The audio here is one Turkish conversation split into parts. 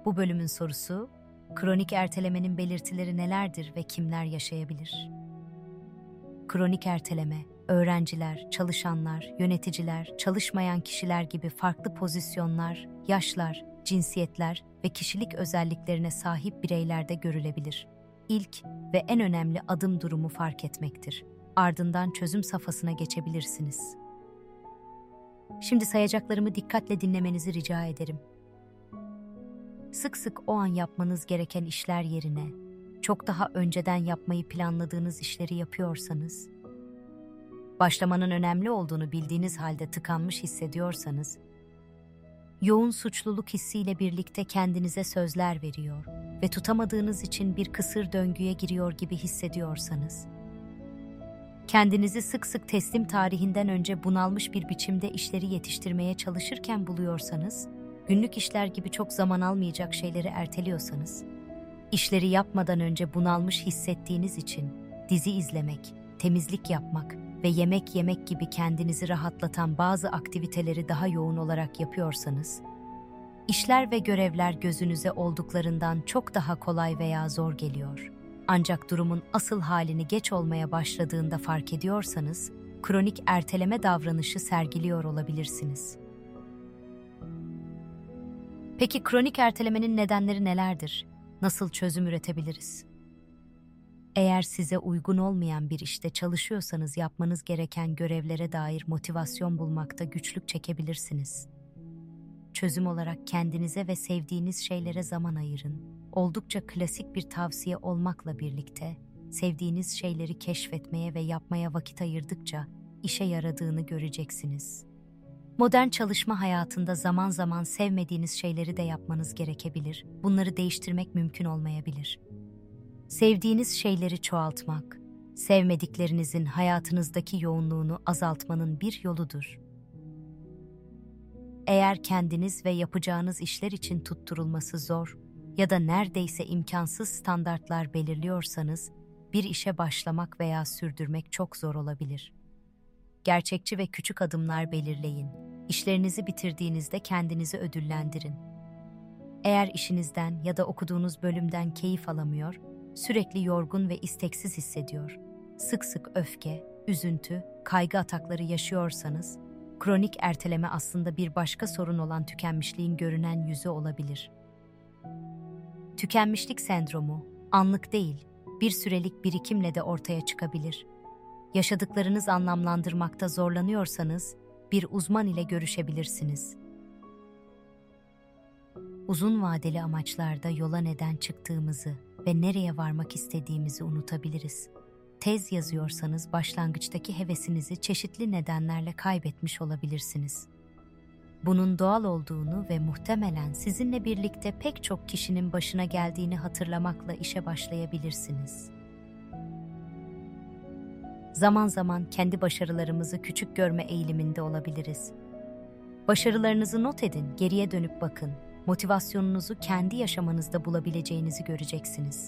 Bu bölümün sorusu, kronik ertelemenin belirtileri nelerdir ve kimler yaşayabilir? Kronik erteleme, öğrenciler, çalışanlar, yöneticiler, çalışmayan kişiler gibi farklı pozisyonlar, yaşlar, cinsiyetler ve kişilik özelliklerine sahip bireylerde görülebilir. İlk ve en önemli adım durumu fark etmektir. Ardından çözüm safhasına geçebilirsiniz. Şimdi sayacaklarımı dikkatle dinlemenizi rica ederim. Sık sık o an yapmanız gereken işler yerine, çok daha önceden yapmayı planladığınız işleri yapıyorsanız, başlamanın önemli olduğunu bildiğiniz halde tıkanmış hissediyorsanız, yoğun suçluluk hissiyle birlikte kendinize sözler veriyor ve tutamadığınız için bir kısır döngüye giriyor gibi hissediyorsanız, kendinizi sık sık teslim tarihinden önce bunalmış bir biçimde işleri yetiştirmeye çalışırken buluyorsanız, günlük işler gibi çok zaman almayacak şeyleri erteliyorsanız, işleri yapmadan önce bunalmış hissettiğiniz için dizi izlemek, temizlik yapmak ve yemek yemek gibi kendinizi rahatlatan bazı aktiviteleri daha yoğun olarak yapıyorsanız, işler ve görevler gözünüze olduklarından çok daha kolay veya zor geliyor. Ancak durumun asıl halini geç olmaya başladığında fark ediyorsanız, kronik erteleme davranışı sergiliyor olabilirsiniz. Peki kronik ertelemenin nedenleri nelerdir? Nasıl çözüm üretebiliriz? Eğer size uygun olmayan bir işte çalışıyorsanız yapmanız gereken görevlere dair motivasyon bulmakta güçlük çekebilirsiniz. Çözüm olarak kendinize ve sevdiğiniz şeylere zaman ayırın. Oldukça klasik bir tavsiye olmakla birlikte, sevdiğiniz şeyleri keşfetmeye ve yapmaya vakit ayırdıkça işe yaradığını göreceksiniz. Modern çalışma hayatında zaman zaman sevmediğiniz şeyleri de yapmanız gerekebilir. Bunları değiştirmek mümkün olmayabilir. Sevdiğiniz şeyleri çoğaltmak, sevmediklerinizin hayatınızdaki yoğunluğunu azaltmanın bir yoludur. Eğer kendiniz ve yapacağınız işler için tutturulması zor ya da neredeyse imkansız standartlar belirliyorsanız, bir işe başlamak veya sürdürmek çok zor olabilir. Gerçekçi ve küçük adımlar belirleyin. İşlerinizi bitirdiğinizde kendinizi ödüllendirin. Eğer işinizden ya da okuduğunuz bölümden keyif alamıyor, sürekli yorgun ve isteksiz hissediyor, sık sık öfke, üzüntü, kaygı atakları yaşıyorsanız, kronik erteleme aslında bir başka sorun olan tükenmişliğin görünen yüzü olabilir. Tükenmişlik sendromu, anlık değil, bir sürelik birikimle de ortaya çıkabilir. Yaşadıklarınızı anlamlandırmakta zorlanıyorsanız, bir uzman ile görüşebilirsiniz. Uzun vadeli amaçlarda yola neden çıktığımızı ve nereye varmak istediğimizi unutabiliriz. Tez yazıyorsanız başlangıçtaki hevesinizi çeşitli nedenlerle kaybetmiş olabilirsiniz. Bunun doğal olduğunu ve muhtemelen sizinle birlikte pek çok kişinin başına geldiğini hatırlamakla işe başlayabilirsiniz. Zaman zaman kendi başarılarımızı küçük görme eğiliminde olabiliriz. Başarılarınızı not edin, geriye dönüp bakın. Motivasyonunuzu kendi yaşamanızda bulabileceğinizi göreceksiniz.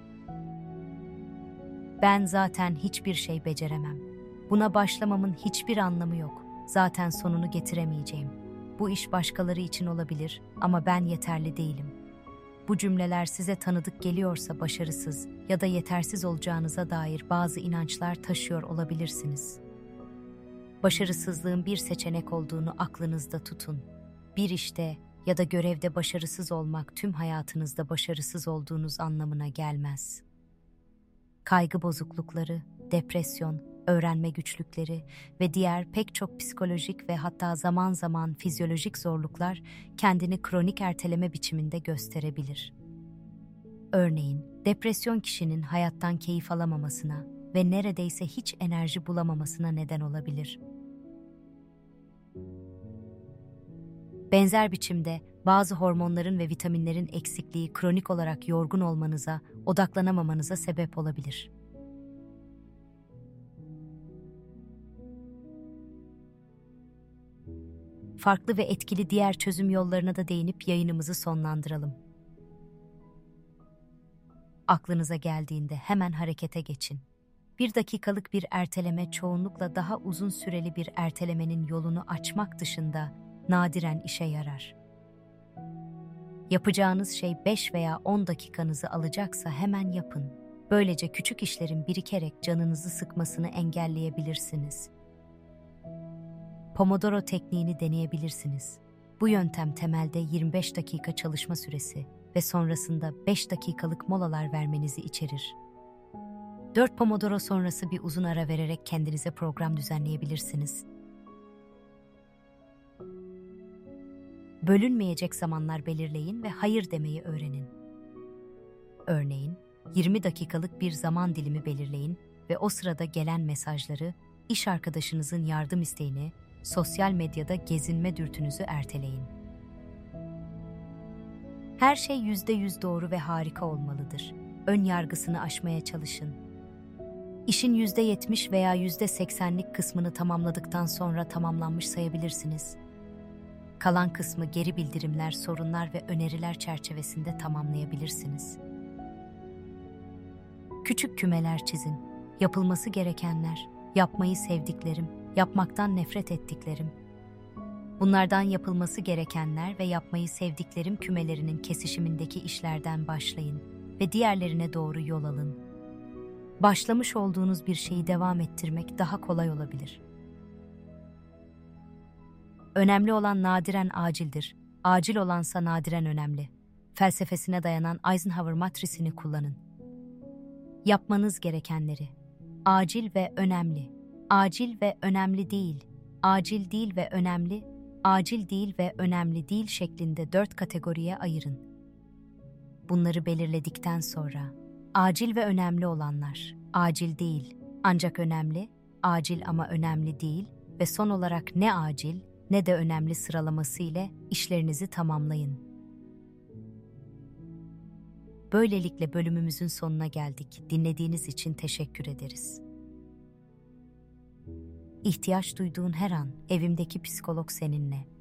Ben zaten hiçbir şey beceremem. Buna başlamamın hiçbir anlamı yok. Zaten sonunu getiremeyeceğim. Bu iş başkaları için olabilir ama ben yeterli değilim. Bu cümleler size tanıdık geliyorsa başarısız ya da yetersiz olacağınıza dair bazı inançlar taşıyor olabilirsiniz. Başarısızlığın bir seçenek olduğunu aklınızda tutun. Bir işte ya da görevde başarısız olmak tüm hayatınızda başarısız olduğunuz anlamına gelmez. Kaygı bozuklukları, depresyon, öğrenme güçlükleri ve diğer pek çok psikolojik ve hatta zaman zaman fizyolojik zorluklar kendini kronik erteleme biçiminde gösterebilir. Örneğin, depresyon kişinin hayattan keyif alamamasına ve neredeyse hiç enerji bulamamasına neden olabilir. Benzer biçimde bazı hormonların ve vitaminlerin eksikliği kronik olarak yorgun olmanıza, odaklanamamanıza sebep olabilir. Farklı ve etkili diğer çözüm yollarına da değinip yayınımızı sonlandıralım. Aklınıza geldiğinde hemen harekete geçin. 1 dakikalık bir erteleme çoğunlukla daha uzun süreli bir ertelemenin yolunu açmak dışında nadiren işe yarar. Yapacağınız şey 5 veya 10 dakikanızı alacaksa hemen yapın. Böylece küçük işlerin birikerek canınızı sıkmasını engelleyebilirsiniz. Pomodoro tekniğini deneyebilirsiniz. Bu yöntem temelde 25 dakika çalışma süresi ve sonrasında 5 dakikalık molalar vermenizi içerir. 4 Pomodoro sonrası bir uzun ara vererek kendinize program düzenleyebilirsiniz. Bölünmeyecek zamanlar belirleyin ve hayır demeyi öğrenin. Örneğin, 20 dakikalık bir zaman dilimi belirleyin ve o sırada gelen mesajları, iş arkadaşınızın yardım isteğini, sosyal medyada gezinme dürtünüzü erteleyin. Her şey %100 doğru ve harika olmalıdır. Ön yargısını aşmaya çalışın. İşin %70 veya %80'lik kısmını tamamladıktan sonra tamamlanmış sayabilirsiniz. Kalan kısmı geri bildirimler, sorunlar ve öneriler çerçevesinde tamamlayabilirsiniz. Küçük kümeler çizin. Yapılması gerekenler, yapmayı sevdiklerim, yapmaktan nefret ettiklerim. Bunlardan yapılması gerekenler ve yapmayı sevdiklerim kümelerinin kesişimindeki işlerden başlayın ve diğerlerine doğru yol alın. Başlamış olduğunuz bir şeyi devam ettirmek daha kolay olabilir. Önemli olan nadiren acildir, acil olansa nadiren önemli. Felsefesine dayanan Eisenhower matrisini kullanın. Yapmanız gerekenleri. Acil ve önemli. Acil ve önemli değil. Acil değil ve önemli. Acil değil ve önemli değil şeklinde 4 kategoriye ayırın. Bunları belirledikten sonra, acil ve önemli olanlar, acil değil, ancak önemli, acil ama önemli değil ve son olarak ne acil ne de önemli sıralaması ile işlerinizi tamamlayın. Böylelikle bölümümüzün sonuna geldik. Dinlediğiniz için teşekkür ederiz. İhtiyaç duyduğun her an evimdeki psikolog seninle.